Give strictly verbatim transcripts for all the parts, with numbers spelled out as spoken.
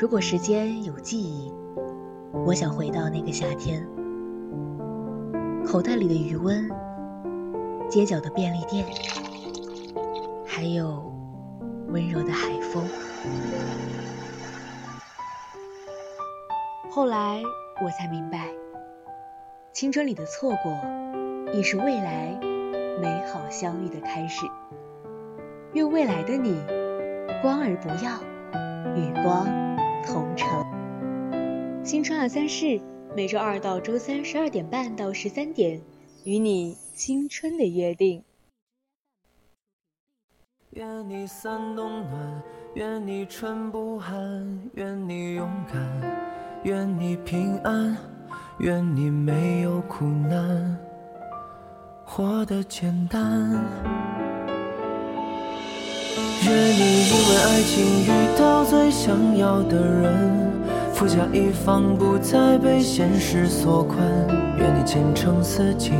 如果时间有记忆，我想回到那个夏天，口袋里的余温，街角的便利店，还有温柔的海风。后来我才明白，青春里的错过亦是未来美好相遇的开始。愿未来的你光而不要，与光同城。青春二三事，每周二到周三十二点半到十三点，与你青春的约定。 愿你三冬暖，愿你春不寒，愿你勇敢，愿你平安，愿你没有苦难，活得简单。愿你因为爱情遇到最想要的人，富甲一方不再被现实所困。愿你前程似锦，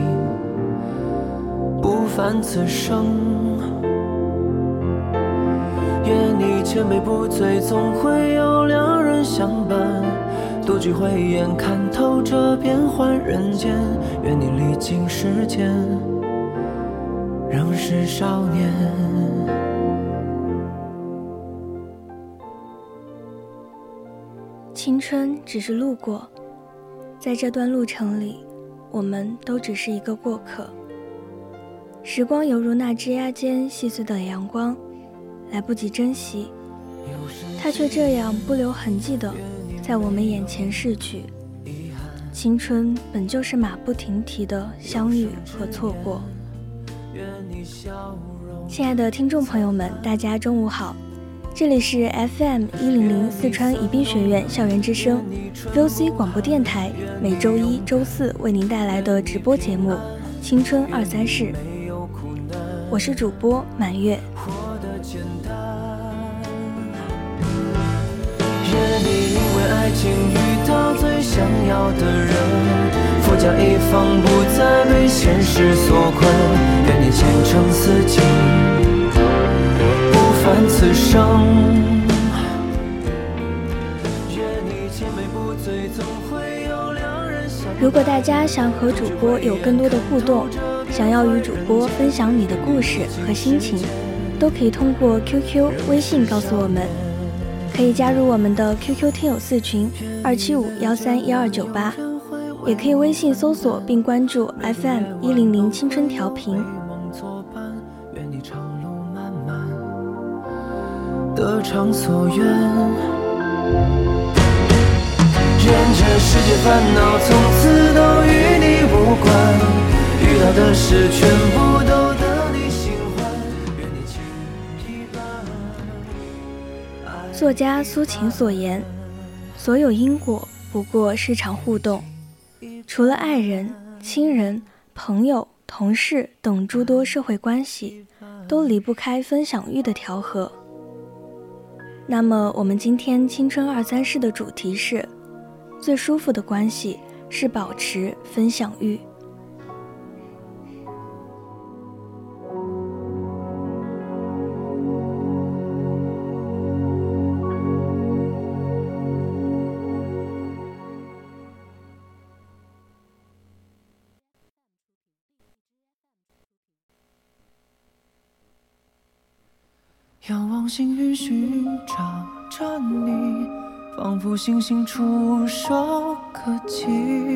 不凡此生。愿你千杯不醉，总会有良人相伴。独具慧眼，看透这变幻人间。愿你历经时间，仍是少年。 青春只是路过，在这段路程里，我们都只是一个过客。时光犹如那枝桠间细碎的阳光，来不及珍惜，它却这样不留痕迹地在我们眼前逝去。青春本就是马不停蹄的相遇和错过。亲爱的听众朋友们，大家中午好，这里是 F M 一零零四川宜宾学院校园之声 V O C 广播电台，每周一、周四为您带来的直播节目《青春二三事》，我是主播满月。 愿你因为爱情遇到最想要的人，富甲一方不再被现实所困。愿你前程似锦，不凡此生。愿你千杯不醉，总会有良人相伴。 如果大家想和主播有更多的互动，想要与主播分享你的故事和心情，都可以通过 Q Q、微信告诉我们。可以加入我们的 Q Q 听友四群二七五幺三一二九八，也可以微信搜索并关注 F M 一零零青春调频。 愿你长路漫漫，得偿所愿。愿这世界烦恼从此都与你无关，遇到的事全部都得你喜欢。愿你情匹般。 作家苏秦所言，所有因果不过是场互动，除了爱人、亲人、朋友、同事等诸多社会关系，都离不开分享欲的调和。那么我们今天青春二三事的主题是，最舒服的关系是保持分享欲。 仰望星云寻找着你，仿佛星星触手可及。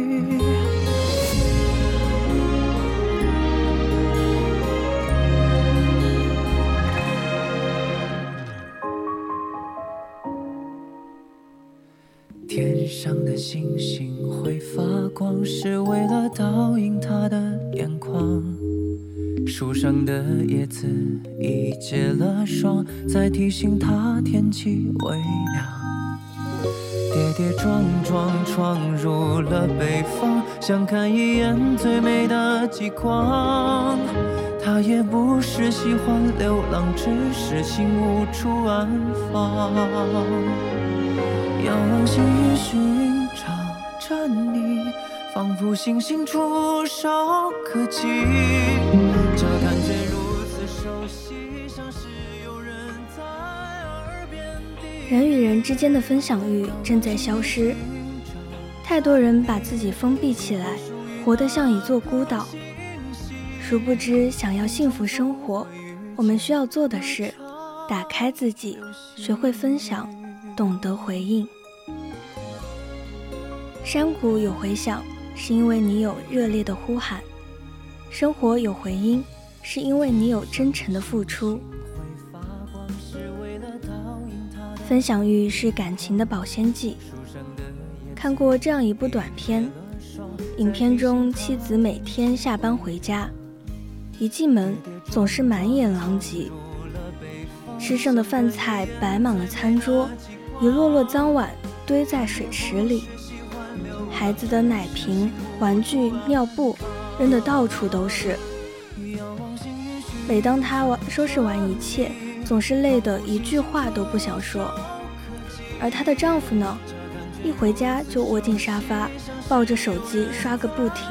天上的星星会发光，是为了倒映它的眼眶。树上的叶子已结了霜，在提醒它天气微凉。跌跌撞撞闯入了北方，想看一眼最美的极光。它也不是喜欢流浪，只是心无处安放。仰望星云寻找着你，仿佛星星触手可及。这感觉如此熟悉，像是有人在耳边低人与人之间的分享欲正在消失，太多人把自己封闭起来，活得像一座孤岛。殊不知，想要幸福生活，我们需要做的是打开自己，学会分享，懂得回应。山谷有回响，是因为你有热烈的呼喊；生活有回音，是因为你有真诚的付出。分享欲是感情的保鲜剂。看过这样一部短片，影片中妻子每天下班回家，一进门总是满眼狼藉，吃剩的饭菜摆满了餐桌，一摞摞脏碗堆在水池里，孩子的奶瓶、玩具、尿布扔得到处都是。每当她收拾完一切，总是累得一句话都不想说。而她的丈夫呢，一回家就窝进沙发，抱着手机刷个不停。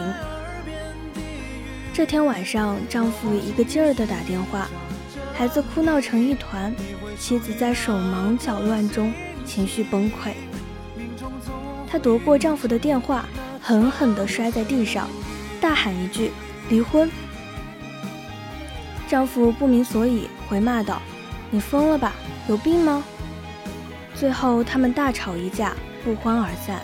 这天晚上，丈夫一个劲儿地打电话，孩子哭闹成一团，妻子在手忙脚乱中情绪崩溃。她夺过丈夫的电话，狠狠地摔在地上，大喊一句：“离婚！”丈夫不明所以，回骂道：“你疯了吧？有病吗？”最后他们大吵一架，不欢而散。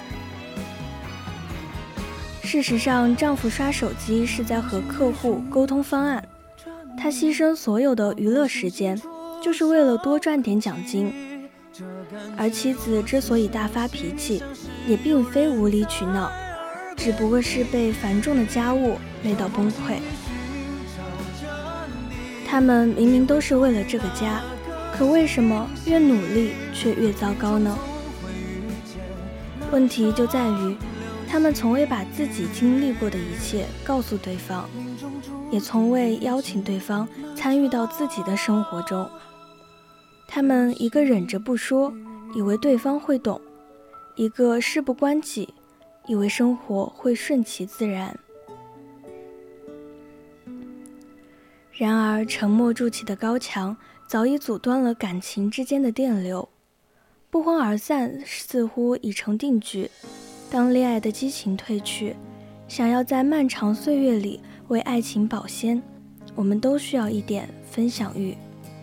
事实上，丈夫刷手机是在和客户沟通方案，他牺牲所有的娱乐时间，就是为了多赚点奖金。而妻子之所以大发脾气，也并非无理取闹，只不过是被繁重的家务累到崩溃。他们明明都是为了这个家，可为什么越努力却越糟糕呢？问题就在于，他们从未把自己经历过的一切告诉对方，也从未邀请对方参与到自己的生活中。他们一个忍着不说，以为对方会懂；一个事不关己，以为生活会顺其自然。然而，沉默筑起的高墙早已阻断了感情之间的电流，不欢而散似乎已成定局。当恋爱的激情褪去，想要在漫长岁月里为爱情保鲜，我们都需要一点分享欲。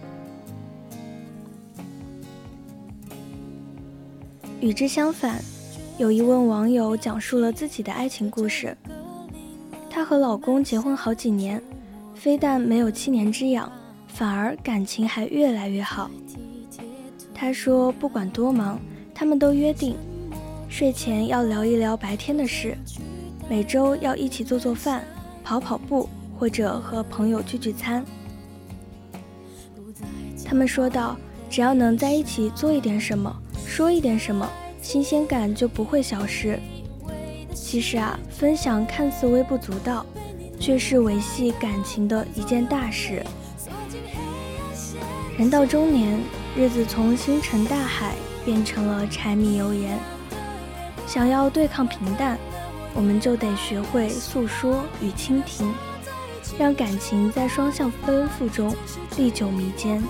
与之相反，有一位网友讲述了自己的爱情故事。她和老公结婚好几年，非但没有七年之痒，反而感情还越来越好。她说不管多忙，他们都约定睡前要聊一聊白天的事，每周要一起做做饭、跑跑步，或者和朋友聚聚餐。他们说道，只要能在一起做一点什么，说一点什么，新鲜感就不会消失。其实啊，分享看似微不足道，却是维系感情的一件大事。人到中年，日子从星辰大海变成了柴米油盐。想要对抗平淡，我们就得学会诉说与倾听，让感情在双向奔赴中历久弥坚。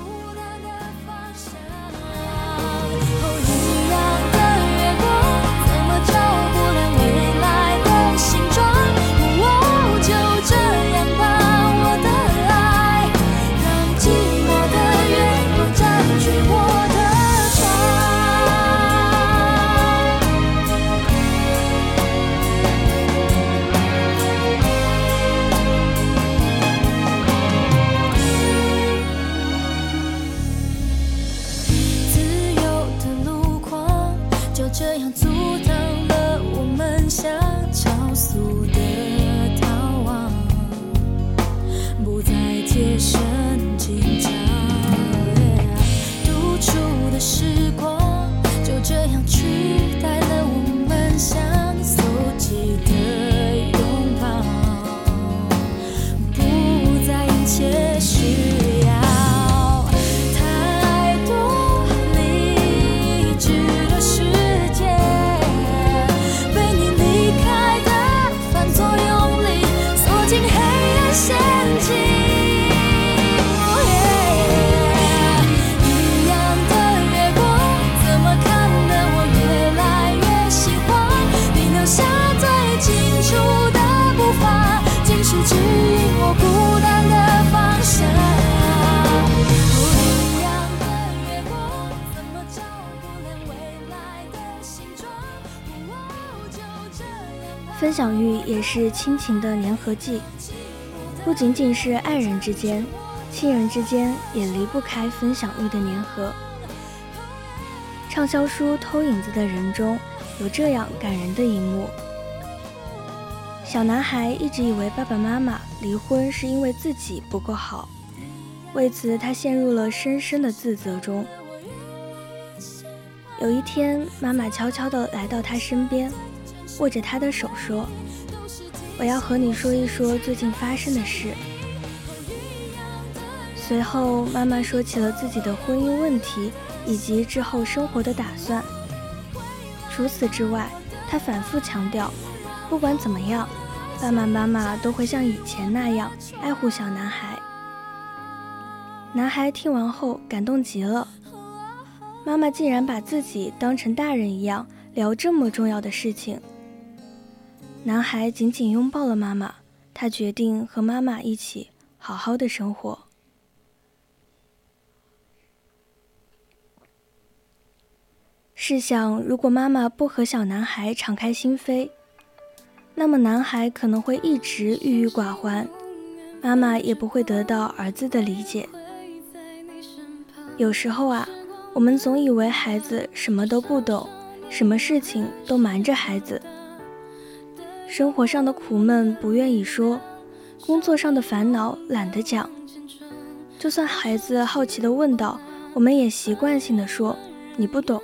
一样的月光，怎是指引我孤单的方向。不一样的月光，怎么照不亮未来的形状。就这样吧。 分享欲也是亲情的粘合剂，不仅仅是爱人之间，亲人之间也离不开分享欲的粘合。畅销书《偷影子的人》中有这样感人的一幕：小男孩一直以为爸爸妈妈离婚是因为自己不够好，为此他陷入了深深的自责中。有一天，妈妈悄悄地来到他身边，握着他的手说：“我要和你说一说最近发生的事。”随后，妈妈说起了自己的婚姻问题以及之后生活的打算。除此之外，她反复强调，不管怎么样，爸爸妈妈都会像以前那样爱护小男孩。男孩听完后感动极了，妈妈竟然把自己当成大人一样聊这么重要的事情。男孩紧紧拥抱了妈妈，他决定和妈妈一起好好的生活。试想，如果妈妈不和小男孩敞开心扉，那么男孩可能会一直郁郁寡欢，妈妈也不会得到儿子的理解。有时候啊，我们总以为孩子什么都不懂，什么事情都瞒着孩子，生活上的苦闷不愿意说，工作上的烦恼懒得讲。就算孩子好奇地问道，我们也习惯性地说你不懂。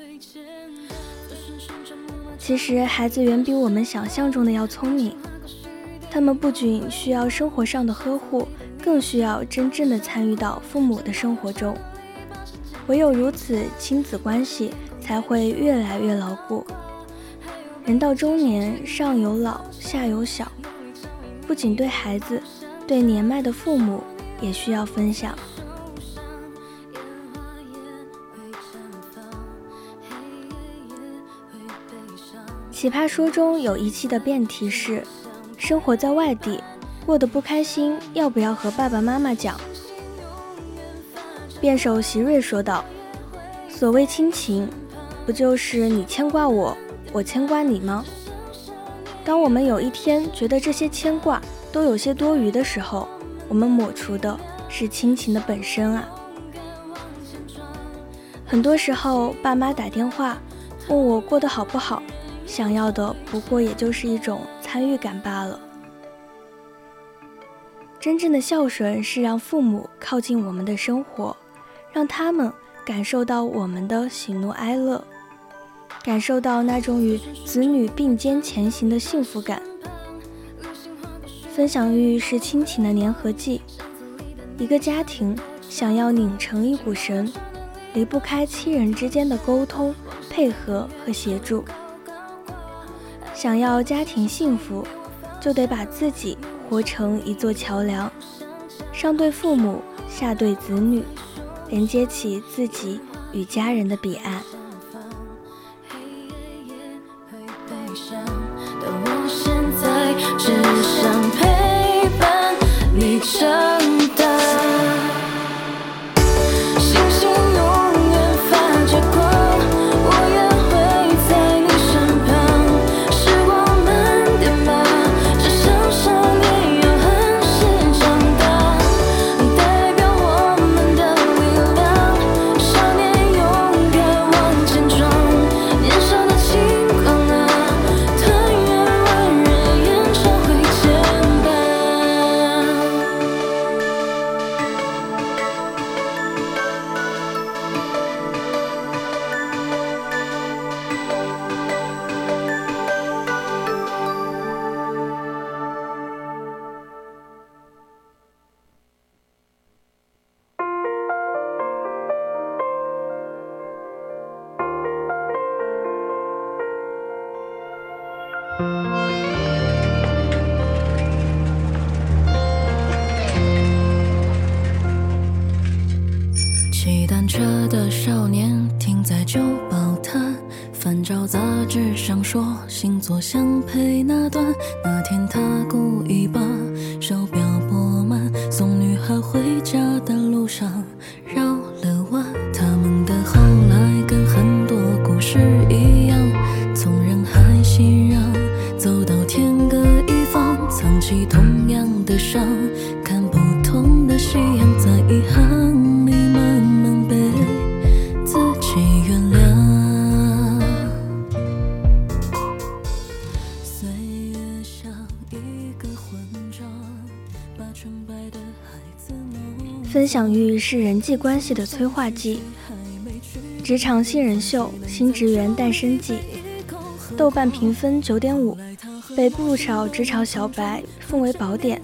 其实孩子远比我们想象中的要聪明，他们不仅需要生活上的呵护，更需要真正的参与到父母的生活中。唯有如此，亲子关系才会越来越牢固。人到中年，上有老，下有小，不仅对孩子，对年迈的父母也需要分享。奇葩说中有一期的辩题是：生活在外地，过得不开心，要不要和爸爸妈妈讲？辩手席瑞说道：所谓亲情，不就是你牵挂我，我牵挂你吗？当我们有一天觉得这些牵挂都有些多余的时候，我们抹除的是亲情的本身啊。很多时候，爸妈打电话问我过得好不好，想要的不过也就是一种参与感罢了。真正的孝顺是让父母靠近我们的生活，让他们感受到我们的喜怒哀乐，感受到那种与子女并肩前行的幸福感。分享欲是亲情的粘合剂，一个家庭想要拧成一股绳，离不开亲人之间的沟通、配合和协助。想要家庭幸福，就得把自己活成一座桥梁，上对父母，下对子女，连接起自己与家人的彼岸。 但我现在只想陪伴你长大。骑单车的少年停在旧报摊，翻找杂志上说星座相配那段。那天他故意把起同样的伤，看不同的夕阳，在遗憾里慢慢被自己原谅。岁月像一个混账，把纯白的孩子弄。 分享欲是人际关系的催化剂。职场新人秀新职员诞生记，豆瓣评分 九点五， 被不少职场小白奉为宝典。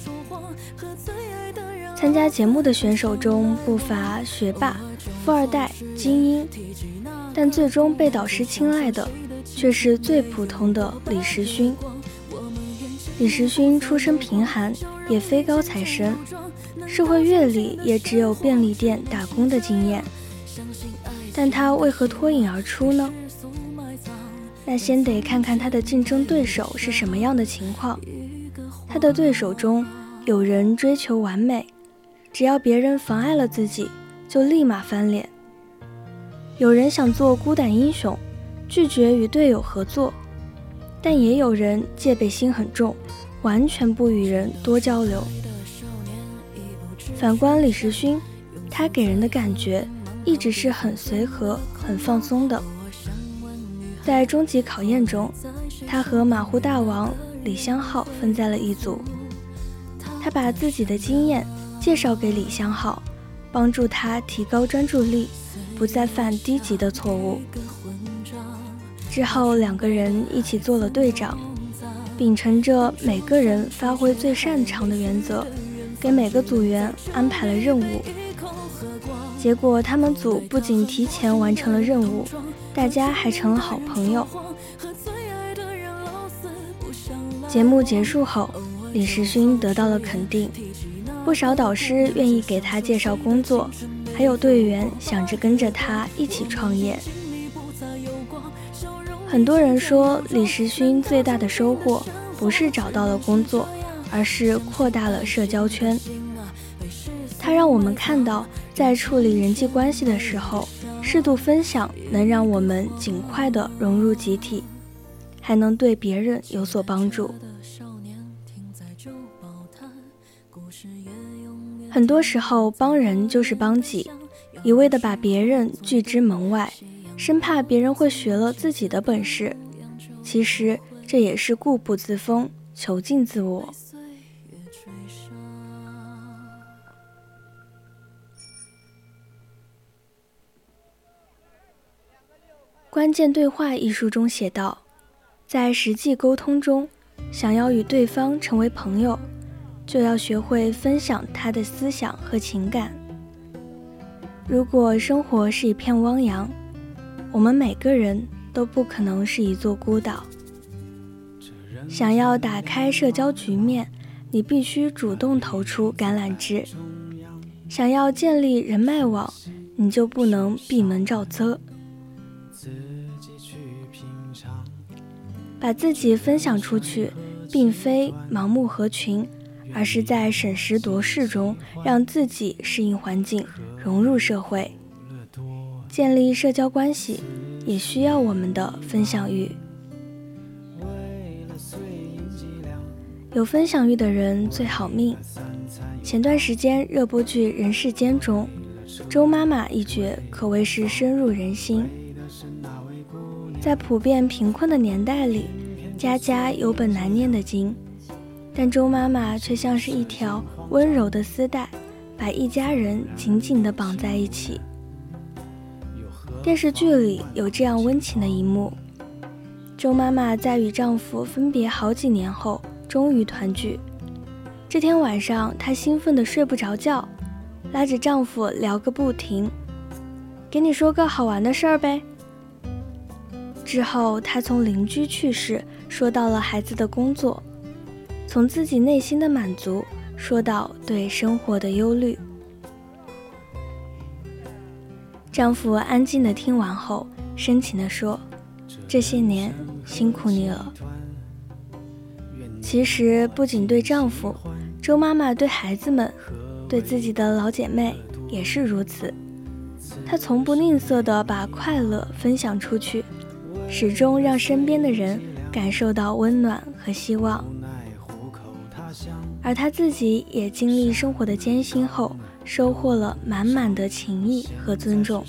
参加节目的选手中不乏学霸、富二代、精英，但最终被导师青睐的却是最普通的李时勋。李时勋出身贫寒，也非高材生，社会阅历也只有便利店打工的经验，但他为何脱颖而出呢？那先得看看他的竞争对手是什么样的情况。他的对手中有人追求完美，只要别人妨碍了自己就立马翻脸；有人想做孤胆英雄，拒绝与队友合作，但也有人戒备心很重，完全不与人多交流。反观李时勋，他给人的感觉一直是很随和、很放松的。在终极考验中，他和马虎大王李相浩分在了一组。他把自己的经验介绍给李相浩，帮助他提高专注力，不再犯低级的错误。之后两个人一起做了队长，秉承着每个人发挥最擅长的原则，给每个组员安排了任务。结果他们组不仅提前完成了任务，大家还成了好朋友。节目结束后，李时勋得到了肯定，不少导师愿意给他介绍工作，还有队员想着跟着他一起创业。很多人说李时勋最大的收获不是找到了工作，而是扩大了社交圈。他让我们看到，在处理人际关系的时候，适度分享能让我们尽快地融入集体，还能对别人有所帮助。很多时候帮人就是帮己，一味地把别人拒之门外，生怕别人会学了自己的本事，其实这也是固步自封，囚禁自我。关键对话一书中写道，在实际沟通中，想要与对方成为朋友，就要学会分享他的思想和情感。如果生活是一片汪洋，我们每个人都不可能是一座孤岛。想要打开社交局面，你必须主动投出橄榄枝；想要建立人脉网，你就不能闭门造车。把自己分享出去，并非盲目合群，而是在审时度势中让自己适应环境，融入社会。建立社交关系也需要我们的分享欲。有分享欲的人最好命。前段时间热播剧《人世间》中，周妈妈一角可谓是深入人心。在普遍贫困的年代里，家家有本难念的经，但周妈妈却像是一条温柔的丝带，把一家人紧紧地绑在一起。电视剧里有这样温情的一幕，周妈妈在与丈夫分别好几年后终于团聚。这天晚上，她兴奋得睡不着觉，拉着丈夫聊个不停。给你说个好玩的事儿呗。之后，她从邻居趣事说到了孩子的工作，从自己内心的满足说到对生活的忧虑。丈夫安静地听完后，深情地说：“这些年辛苦你了。”其实不仅对丈夫，周妈妈对孩子们，对自己的老姐妹也是如此。她从不吝啬地把快乐分享出去，始终让身边的人感受到温暖和希望。 而他自己也经历生活的艰辛后，收获了满满的情谊和尊重。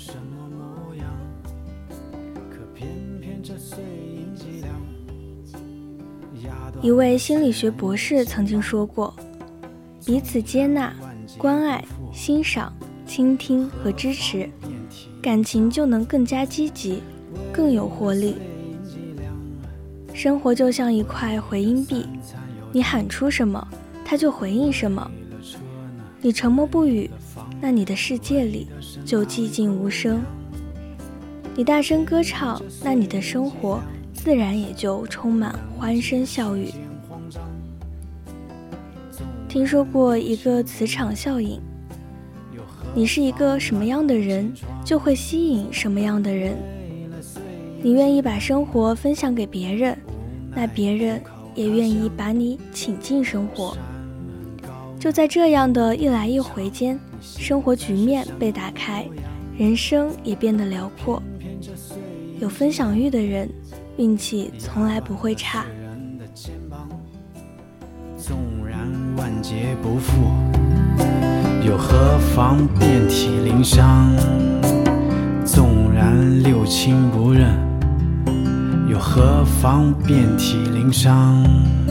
一位心理学博士曾经说过，彼此接纳、关爱、欣赏、倾听和支持，感情就能更加积极，更有活力。生活就像一块回音壁，你喊出什么，它就回应什么。你沉默不语，那你的世界里就寂静无声；你大声歌唱，那你的生活自然也就充满欢声笑语。听说过一个磁场效应，你是一个什么样的人，就会吸引什么样的人。你愿意把生活分享给别人，那别人也愿意把你请进生活。就在这样的一来一回间，生活局面被打开，人生也变得辽阔。有分享欲的人，运气从来不会差。 纵然万劫不复，又何妨遍体鳞伤？纵然六亲不认，又何妨遍体鳞伤？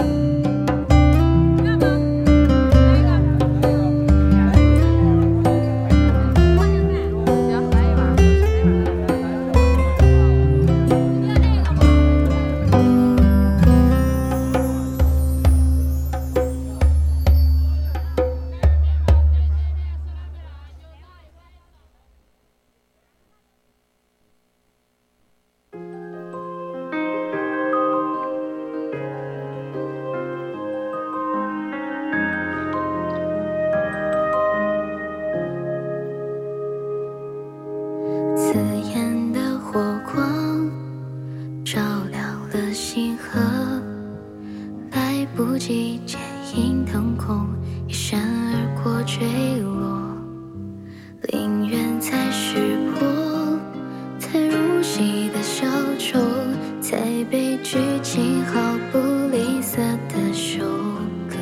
刺眼的火光照亮了星河，来不及剪影腾空，一闪而过坠落，陵园才识破，才入戏的小丑，才被剧情毫不吝啬的收割。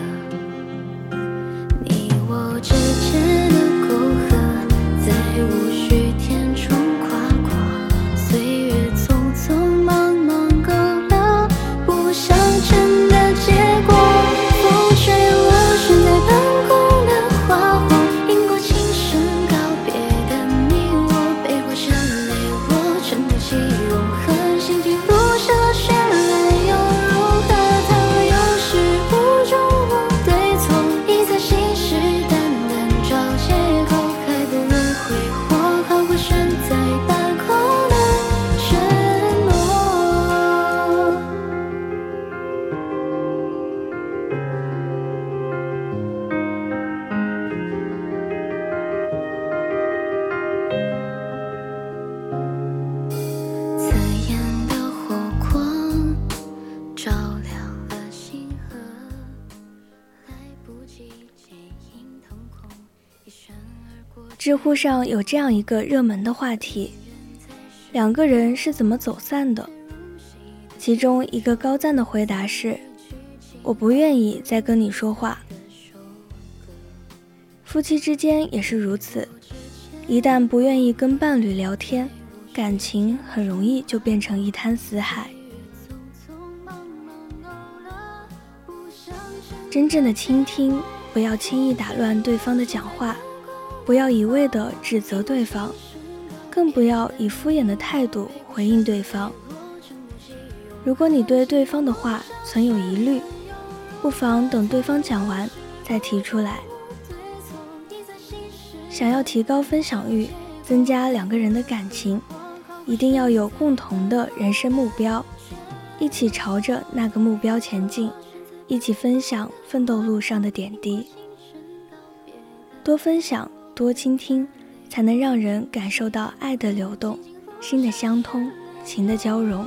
你我之间的沟壑，在无需填充跨过，岁月匆匆忙忙勾勒不想真的结果。风吹落悬在半空的花火，迎过轻声告别的你我，背过沉泪落，沉得起融合，心情路上绚烂又如何？它有始无终无对错，一再信誓旦旦找借口，还不如挥霍，好过悬在半空的承诺。刺眼的火光照亮了星河，来不及剪影腾空，一闪而过。 知乎上有这样一个热门的话题：两个人是怎么走散的？其中一个高赞的回答是：我不愿意再跟你说话。夫妻之间也是如此，一旦不愿意跟伴侣聊天，感情很容易就变成一滩死海。真正的倾听，不要轻易打乱对方的讲话，不要一味地指责对方，更不要以敷衍的态度回应对方。如果你对对方的话存有疑虑，不妨等对方讲完再提出来。想要提高分享欲，增加两个人的感情，一定要有共同的人生目标，一起朝着那个目标前进，一起分享奋斗路上的点滴。多分享，多倾听，才能让人感受到爱的流动，心的相通，情的交融。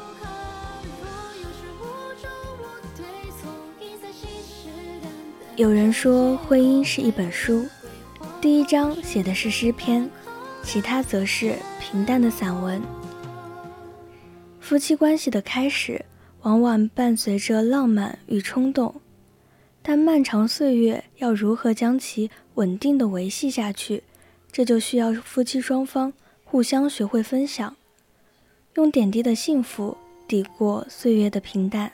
有人说，婚姻是一本书，第一章写的是诗篇，其他则是平淡的散文。夫妻关系的开始，往往伴随着浪漫与冲动， 但漫长岁月要如何将其稳定地维系下去，这就需要夫妻双方互相学会分享，用点滴的幸福抵过岁月的平淡。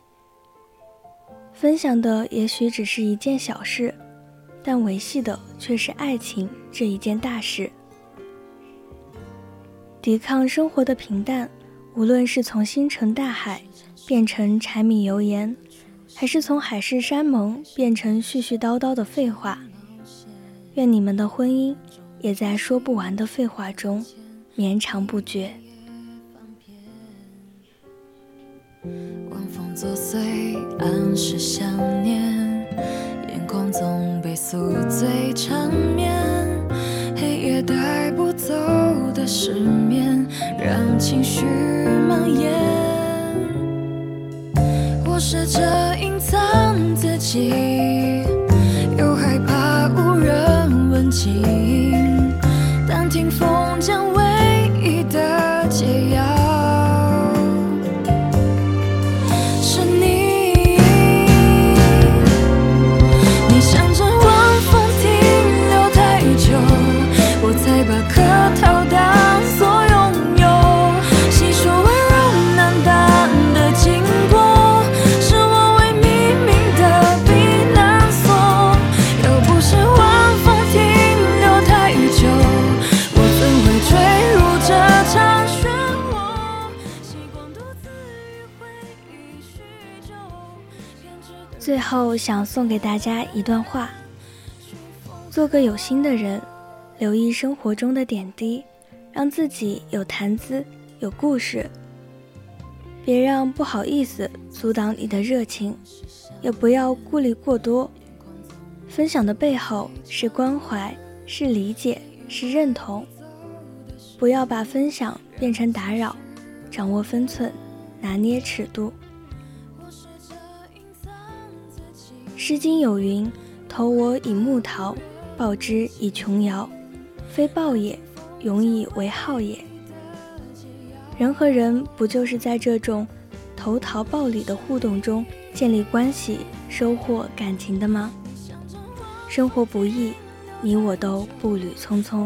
分享的也许只是一件小事，但维系的却是爱情这一件大事。抵抗生活的平淡，无论是从星辰大海变成柴米油盐，还是从海誓山盟变成絮絮叨叨的废话，愿你们的婚姻也在说不完的废话中绵长不绝。 晚风作祟，暗示想念，眼眶总被宿醉缠绵，黑夜带不走的失眠，让情绪蔓延。我试着隐藏自己，又害怕无人问津，但听风将唯一的解药是你。你想着晚风停留太久，我才把客套当作拥有，细说温柔难淡的经过，是我未命名的避难所。要不是晚风停留太久，我怎会坠入这场漩涡，习惯独自与回忆叙旧，偏执的最后想送给大家一段话：做个有心的人，留意生活中的点滴，让自己有谈资有故事，别让不好意思阻挡你的热情，也不要顾虑过多。分享的背后是关怀，是理解，是认同。不要把分享变成打扰，掌握分寸，拿捏尺度。诗经有云：投我以木桃，报之以琼瑶，非报也，永以为好也。人和人不就是在这种投桃报李的互动中建立关系，收获感情的吗？生活不易，你我都步履匆匆。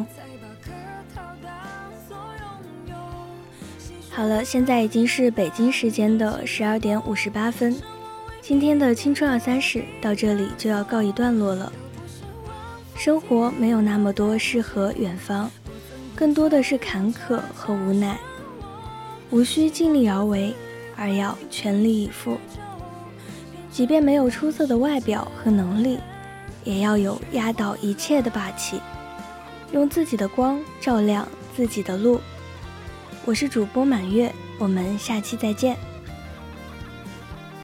好了，现在已经是北京时间的十二点五十八分，今天的青春二三事到这里就要告一段落了。生活没有那么多诗和远方，更多的是坎坷和无奈，无需尽力而为，而要全力以赴。即便没有出色的外表和能力，也要有压倒一切的霸气，用自己的光照亮自己的路。我是主播满月，我们下期再见。